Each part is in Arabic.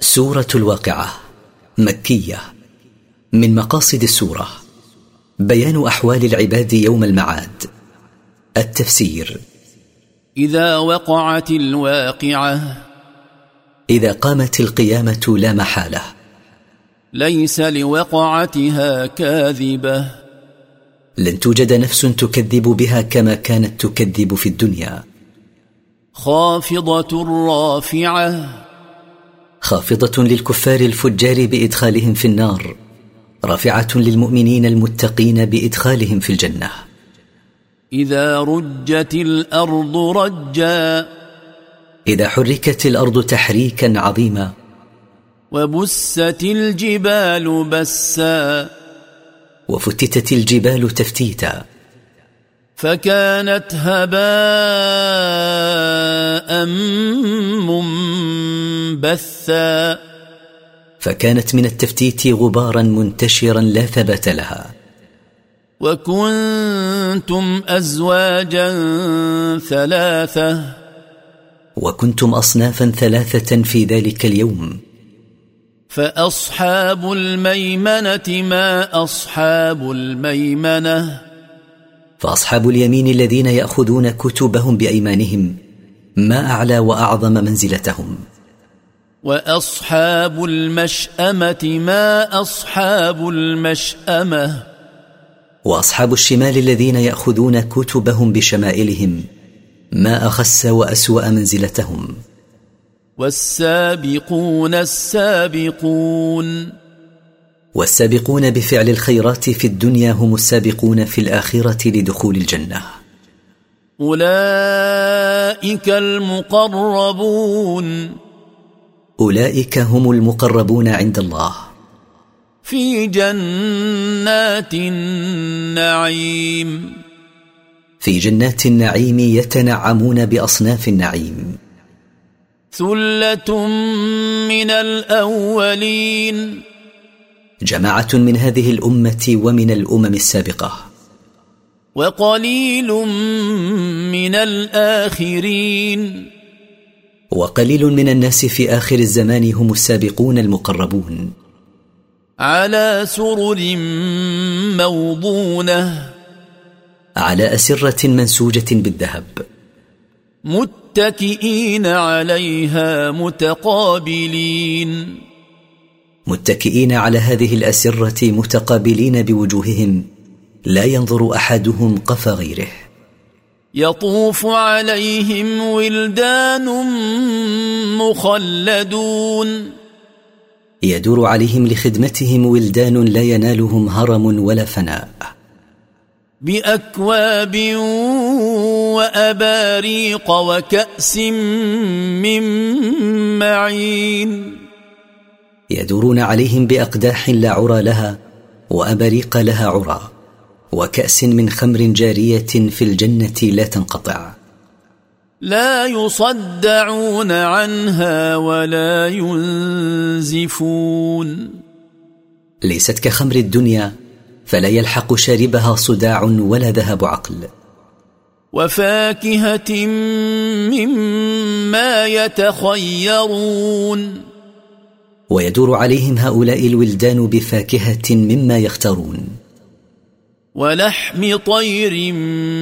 سورة الواقعة مكية. من مقاصد السورة بيان أحوال العباد يوم المعاد. التفسير: إذا وقعت الواقعة، إذا قامت القيامة لا محالة، ليس لوقعتها كاذبة، لن توجد نفس تكذب بها كما كانت تكذب في الدنيا. خافضة رافعة، خافضة للكفار الفجار بإدخالهم في النار، رافعة للمؤمنين المتقين بإدخالهم في الجنة. إذا رجت الأرض رجا، إذا حركت الأرض تحريكا عظيما. وبست الجبال بسا، وفتتت الجبال تفتيتا، فكانت هباء منبثا، فكانت من التفتيت غبارا منتشرا لا ثبات لها. وكنتم أزواجا ثلاثة، وكنتم أصنافا ثلاثة في ذلك اليوم. فأصحاب الميمنة ما أصحاب الميمنة، فأصحاب اليمين الذين يأخذون كتبهم بأيمانهم ما أعلى وأعظم منزلتهم. وأصحاب المشأمة ما أصحاب المشأمة، وأصحاب الشمال الذين يأخذون كتبهم بشمائلهم ما أخس وأسوأ منزلتهم. والسابقون السابقون، والسابقون بفعل الخيرات في الدنيا هم السابقون في الآخرة لدخول الجنة. أولئك المقربون، أولئك هم المقربون عند الله في جنات النعيم، في جنات النعيم يتنعمون بأصناف النعيم. ثلة من الأولين، جماعة من هذه الأمة ومن الأمم السابقة. وقليل من الآخرين، وقليل من الناس في آخر الزمان هم السابقون المقربون. على سرر موضونة، على أسرة منسوجة بالذهب. متكئين عليها متقابلين، متكئين على هذه الأسرة متقابلين بوجوههم لا ينظر أحدهم قفا غيره. يطوف عليهم ولدان مخلدون، يدور عليهم لخدمتهم ولدان لا ينالهم هرم ولا فناء. بأكواب وأباريق وكأس من معين، يدورون عليهم بأقداح لا عرى لها وأباريق لها عرى، وكأس من خمر جارية في الجنة لا تنقطع. لا يصدعون عنها ولا ينزفون، ليست كخمر الدنيا فلا يلحق شاربها صداع ولا ذهاب عقل. وفاكهة مما يتخيرون، ويدور عليهم هؤلاء الولدان بفاكهة مما يختارون. ولحم طير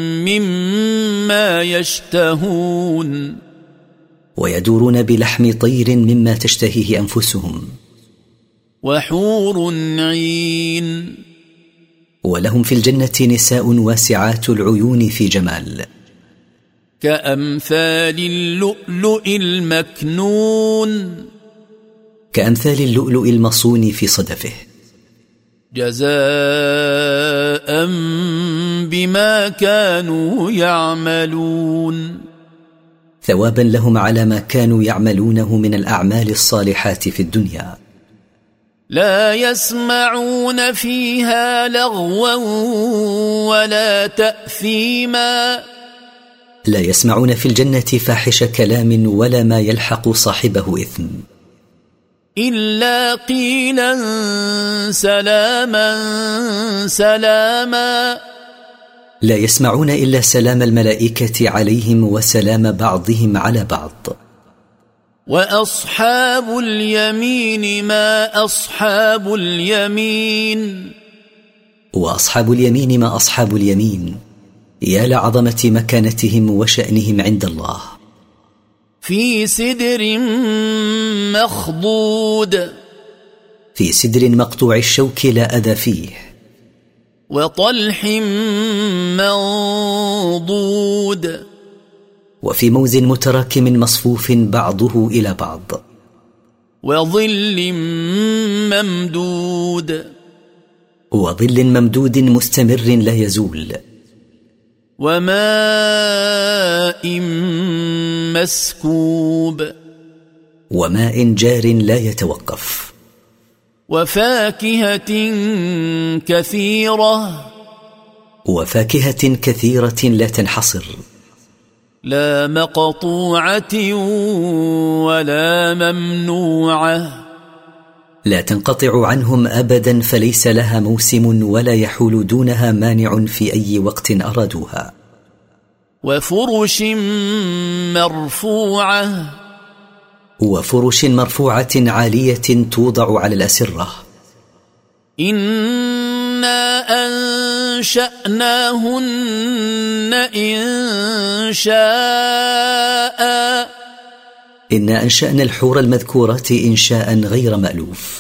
مما يشتهون، ويدورون بلحم طير مما تشتهيه أنفسهم. وحور عين، ولهم في الجنة نساء واسعات العيون في جمال. كأمثال اللؤلؤ المكنون، كأمثال اللؤلؤ المصون في صدفه. جزاء بما كانوا يعملون، ثوابا لهم على ما كانوا يعملونه من الأعمال الصالحات في الدنيا. لا يسمعون فيها لغوا ولا تأثيما، لا يسمعون في الجنة فاحش كلام ولا ما يلحق صاحبه إثم. إلا قيلا سلاما سلاما، لا يسمعون إلا سلام الملائكة عليهم وسلام بعضهم على بعض. وأصحاب اليمين ما أصحاب اليمين وأصحاب اليمين ما أصحاب اليمين، يا لعظمة مكانتهم وشأنهم عند الله. في سدر مخضود، في سدر مقطوع الشوك لا أذى فيه. وطلح منضود، وفي موز متراكم مصفوف بعضه إلى بعض. وظل ممدود، وظل ممدود مستمر لا يزول. وماء مسكوب، وماء جار لا يتوقف. وفاكهة كثيرة، وفاكهة كثيرة لا تنحصر. لا مقطوعة ولا ممنوعة، لا تنقطع عنهم أبدا، فليس لها موسم ولا يحول دونها مانع في أي وقت أرادوها. وفرش مرفوعة، وفرش مرفوعة عالية توضع على الأسرة. إنا أنشأناهن إنشاء، إنا أنشأنا الحور المذكورات إنشاء غير مألوف.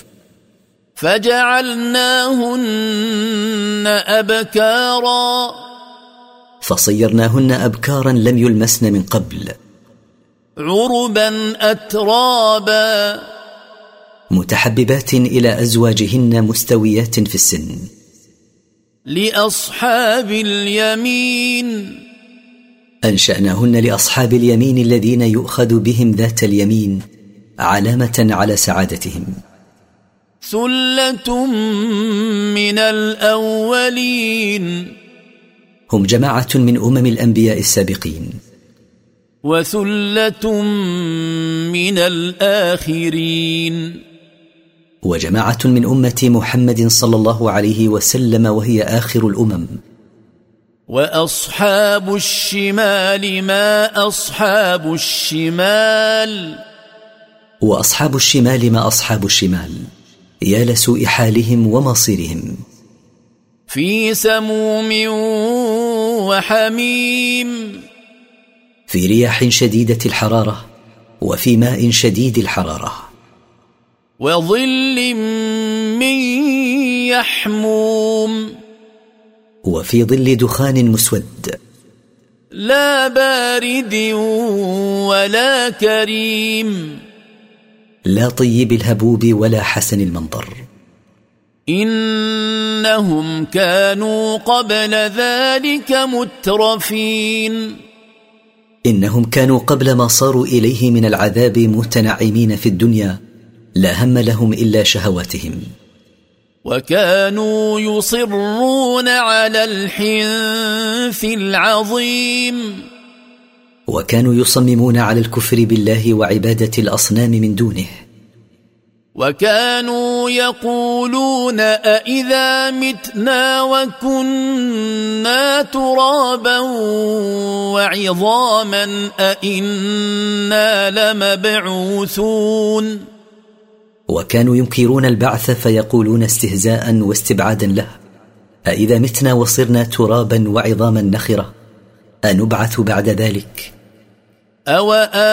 فجعلناهن أبكارا، فصيرناهن أبكارا لم يلمسن من قبل. عربا أترابا، متحببات إلى أزواجهن مستويات في السن. لأصحاب اليمين، أنشأناهن لأصحاب اليمين الذين يؤخذ بهم ذات اليمين علامة على سعادتهم. ثلة من الأولين، هم جماعة من الأنبياء السابقين. وثلة من الآخرين، وجماعة من أمة محمد صلى الله عليه وسلم وهي آخر الأمم. وأصحاب الشمال ما أصحاب الشمال، وأصحاب الشمال ما أصحاب الشمال، يا لسوء حالهم ومصيرهم. في سموم وحميم، في رياح شديدة الحرارة وفي ماء شديد الحرارة. وظل من يحموم، وفي ظل دخان مسود. لا بارد ولا كريم، لا طيب الهبوب ولا حسن المنظر. إنهم كانوا قبل ذلك مترفين، إنهم كانوا قبل ما صاروا إليه من العذاب متنعمين في الدنيا، لا هم لهم إلا شهواتهم. وكانوا يصرون على الحنث العظيم، وكانوا يصممون على الكفر بالله وعبادة الأصنام من دونه. وكانوا يقولون أإذا متنا وكنا ترابا وعظاما أإنا لمبعوثون. وكانوا ينكرون البعث فيقولون استهزاء واستبعادا له: أإذا متنا وصرنا ترابا وعظاما نخرة أنبعث بعد ذلك؟ أو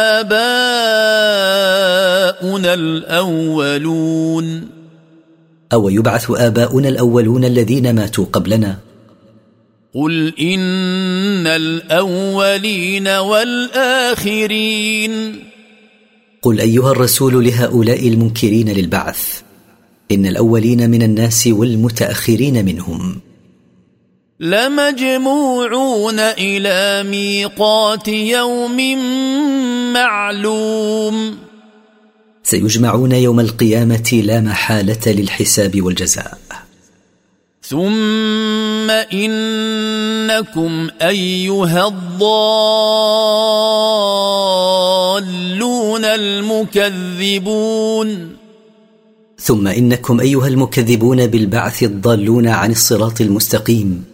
آباؤنا الأولون، أو يبعث آباؤنا الأولون الذين ماتوا قبلنا. قل إن الأولين والآخرين، قل أيها الرسول لهؤلاء المنكرين للبعث: إن الأولين من الناس والمتأخرين منهم لمجموعون إلى ميقات يوم معلوم، سيجمعون يوم القيامة لا محالة للحساب والجزاء. ثم إنكم أيها الضالون المكذبون، ثم إنكم أيها المكذبون بالبعث الضالون عن الصراط المستقيم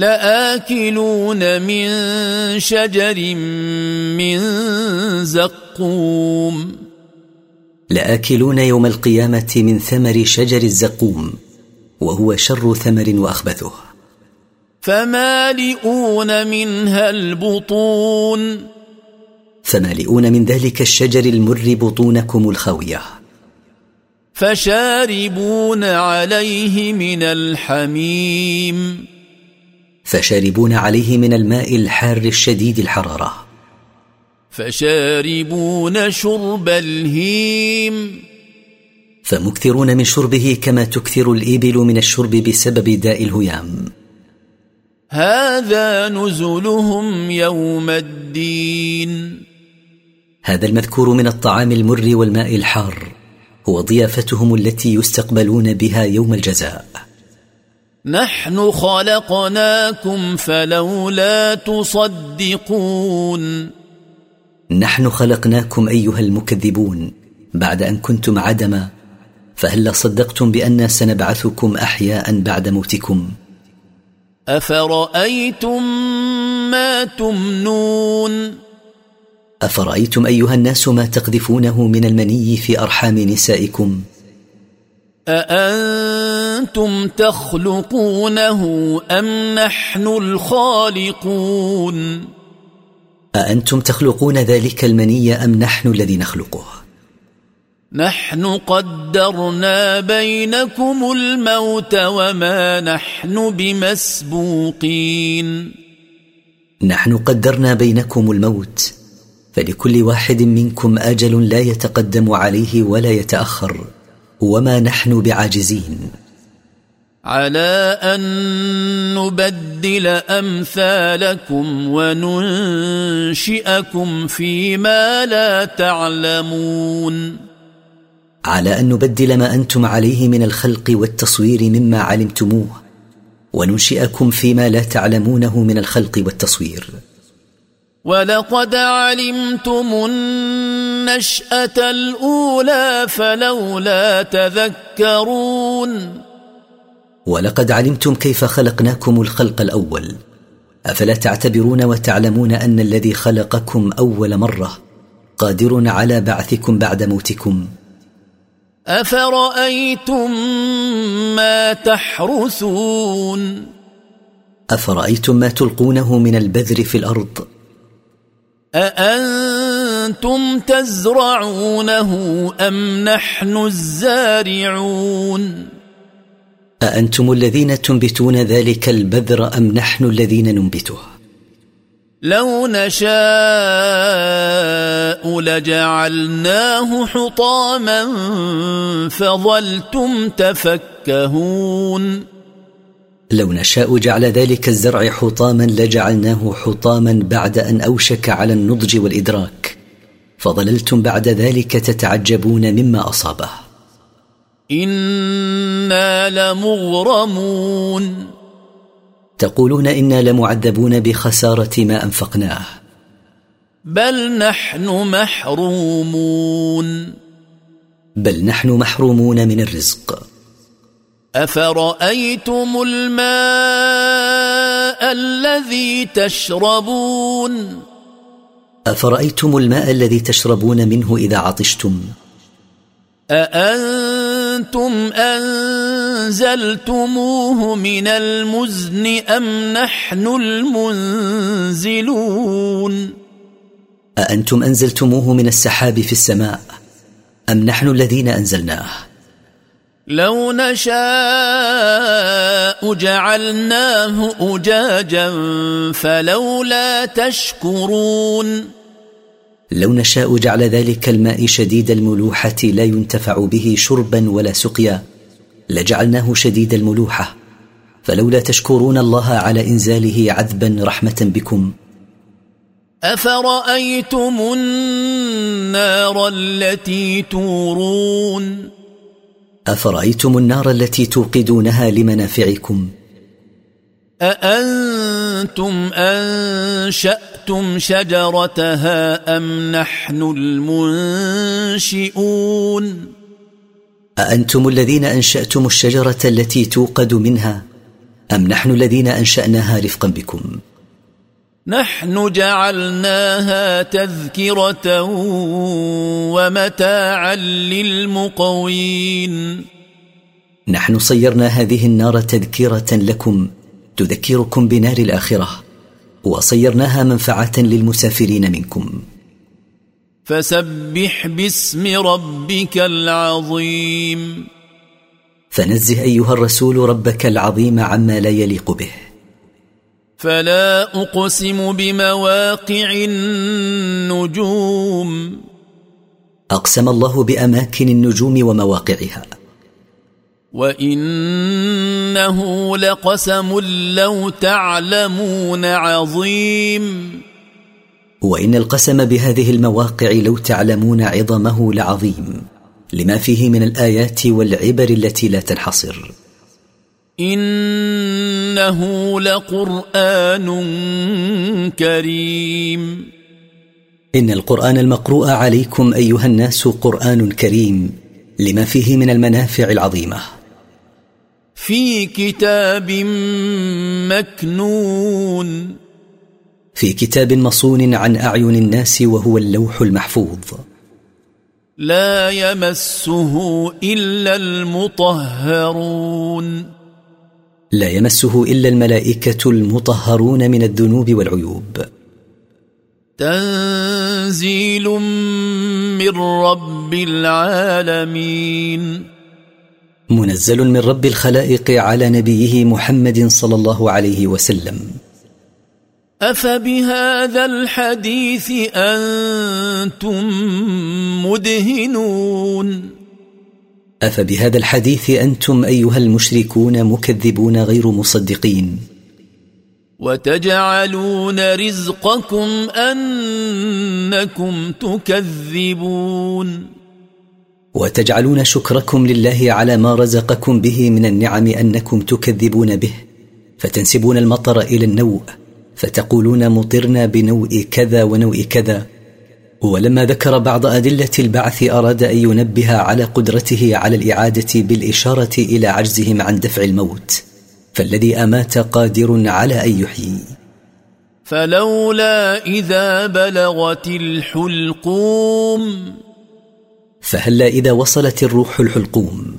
لآكلون من شجر من زقوم، الزقوم لآكلون يوم القيامة من ثمر شجر الزقوم، وهو شر ثمر وأخبثه. فمالئون منها البطون فمالئون من ذلك الشجر المر بطونكم الخاوية. فشاربون عليه من الحميم فشاربون عليه من الماء الحار الشديد الحرارة. فشاربون شرب الهيم فمكثرون من شربه كما تكثر الإبل من الشرب بسبب داء الهيام. هذا نزلهم يوم الدين. هذا المذكور من الطعام المر والماء الحار هو ضيافتهم التي يستقبلون بها يوم الجزاء. نحن خلقناكم فلولا تصدقون. نحن خلقناكم أيها المكذبون بعد أن كنتم عدما، فهل صدقتم بأننا سنبعثكم أحياء بعد موتكم؟ أفرأيتم ما تمنون. أفرأيتم أيها الناس ما تقذفونه من المني في أرحام نسائكم؟ أأنتم تخلقونه أم نحن الخالقون؟ أأنتم تخلقون ذلك المني أم نحن الذي نخلقه؟ نحن قدرنا بينكم الموت وما نحن بمسبوقين. نحن قدرنا بينكم الموت، فلكل واحد منكم أجل لا يتقدم عليه ولا يتأخر، وما نحن بعاجزين على أن نبدل أمثالكم وننشئكم فيما لا تعلمون. على أن نبدل ما أنتم عليه من الخلق والتصوير مما علمتموه، وننشئكم فيما لا تعلمونه من الخلق والتصوير. ولقد علمتم النشأة الأولى فلولا تذكرون. ولقد علمتم كيف خلقناكم الخلق الأول، أفلا تعتبرون وتعلمون أن الذي خلقكم أول مرة قادر على بعثكم بعد موتكم؟ أفرأيتم ما تحرثون. أفرأيتم ما تلقونه من البذر في الأرض؟ أأنتم تزرعونه أم نحن الزارعون؟ أأنتم الذين تنبتون ذلك البذر أم نحن الذين ننبته؟ لو نشاء لجعلناه حطاما فظلتم تفكهون. لو نشاء جعل ذلك الزرع حطاما لجعلناه حطاما بعد أن أوشك على النضج والإدراك، فظللتم بعد ذلك تتعجبون مما أصابه. إنا لمغرمون. تقولون إنا لمعذبون بخسارة ما أنفقناه. بل نحن محرومون. بل نحن محرومون من الرزق. أفرأيتم الماء الذي تشربون؟ أفرأيتم الماء الذي تشربون منه إذا عطشتم؟ أأنتم أنزلتموه من المزن أم نحن المنزلون؟ أأنتم أنزلتموه من السحاب في السماء أم نحن الذين أنزلناه؟ لو نشاء جعلناه أجاجا فلولا تشكرون. لو نشاء جعل ذلك الماء شديد الملوحة لا ينتفع به شربا ولا سقيا لجعلناه شديد الملوحة، فلولا تشكرون الله على إنزاله عذبا رحمة بكم. أفرأيتم النار التي تورون؟ أفرأيتم النار التي توقدونها لمنافعكم؟ أأنتم أنشأتم شجرتها أم نحن المنشئون؟ أأنتم الذين أنشأتم الشجرة التي توقد منها أم نحن الذين أنشأناها رفقا بكم؟ نحن جعلناها تذكرة ومتاعا للمقوين. نحن صيرنا هذه النار تذكرة لكم تذكركم بنار الآخرة، وصيرناها منفعة للمسافرين منكم. فسبح باسم ربك العظيم. فنزه أيها الرسول ربك العظيم عما لا يليق به. فلا أقسم بمواقع النجوم. أقسم الله بأماكن النجوم ومواقعها. وإنه لقسم لو تعلمون عظيم. وإن القسم بهذه المواقع لو تعلمون عظمه لعظيم، لما فيه من الآيات والعبر التي لا تنحصر. إنه لقرآن كريم. إن القرآن المقروء عليكم أيها الناس قرآن كريم، لما فيه من المنافع العظيمة. في كتاب مكنون. في كتاب مصون عن أعين الناس، وهو اللوح المحفوظ. لا يمسه إلا المطهرون. لا يمسه إلا الملائكة المطهرون من الذنوب والعيوب. تنزيل من رب العالمين. منزل من رب الخلائق على نبيه محمد صلى الله عليه وسلم. أفبهذا الحديث أنتم مدهنون. أفبهذا الحديث أنتم أيها المشركون مكذبون غير مصدقين. وتجعلون رزقكم أنكم تكذبون. وتجعلون شكركم لله على ما رزقكم به من النعم أنكم تكذبون به، فتنسبون المطر إلى النوء، فتقولون مطرنا بنوء كذا ونوء كذا. ولما ذكر بعض أدلة البعث أراد أن ينبه على قدرته على الإعادة بالإشارة إلى عجزهم عن دفع الموت، فالذي أمات قادر على أن يحيي. فلولا إذا بلغت الحلقوم. فهلا إذا وصلت الروح الحلقوم.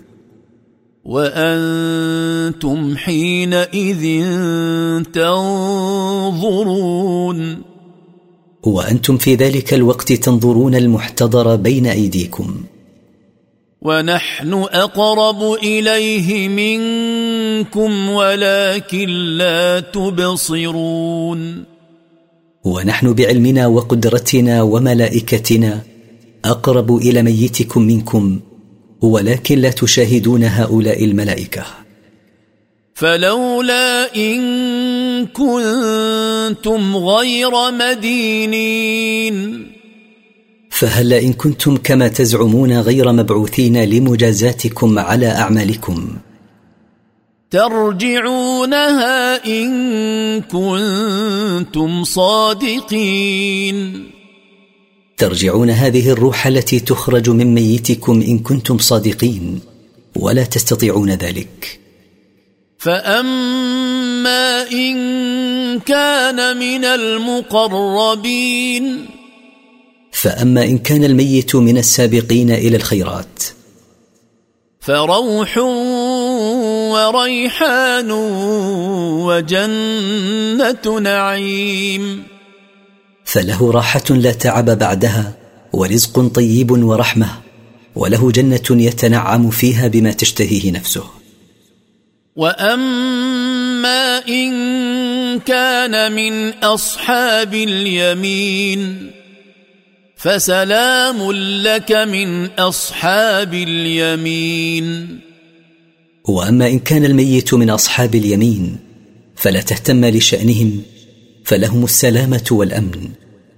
وأنتم حينئذ تنظرون. وأنتم في ذلك الوقت تنظرون المحتضر بين أيديكم. ونحن أقرب إليه منكم ولكن لا تبصرون. ونحن بعلمنا وقدرتنا وملائكتنا أقرب إلى ميتكم منكم، ولكن لا تشاهدون هؤلاء الملائكة. فلولا إن كنتم غير مدينين. فهلا إن كنتم كما تزعمون غير مبعوثين لمجازاتكم على أعمالكم. ترجعونها إن كنتم صادقين. ترجعون هذه الروح التي تخرج من ميتكم إن كنتم صادقين، ولا تستطيعون ذلك. فأما إن كان من المقربين. فأما إن كان الميت من السابقين إلى الخيرات. فروح وريحان وجنة نعيم. فله راحة لا تعب بعدها، ورزق طيب ورحمة، وله جنة يتنعم فيها بما تشتهيه نفسه. وأما إن كان من أصحاب اليمين. فسلام لك من أصحاب اليمين. وأما إن كان الميت من أصحاب اليمين فلا تهتم لشأنهم، فلهم السلامة والأمن.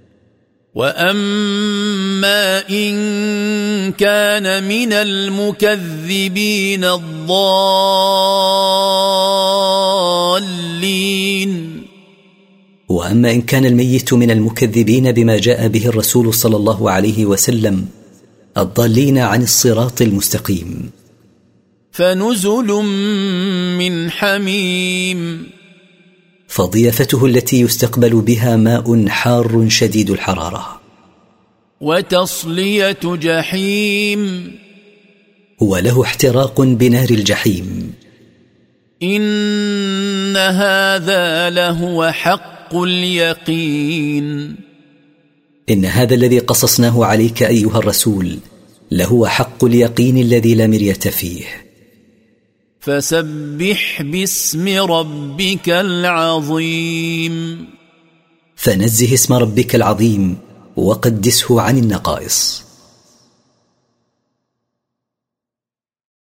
وأما إن كان من المكذبين الضالين. وأما إن كان الميت من المكذبين بما جاء به الرسول صلى الله عليه وسلم الضالين عن الصراط المستقيم. فنزل من حميم. فضيافته التي يستقبل بها ماء حار شديد الحرارة. وتصلية جحيم، وله احتراق بنار الجحيم. إن هذا لهو حق اليقين. إن هذا الذي قصصناه عليك أيها الرسول لهو حق اليقين الذي لا مرية فيه. فسبح باسم ربك العظيم. فنزه اسم ربك العظيم وقدسه عن النقائص.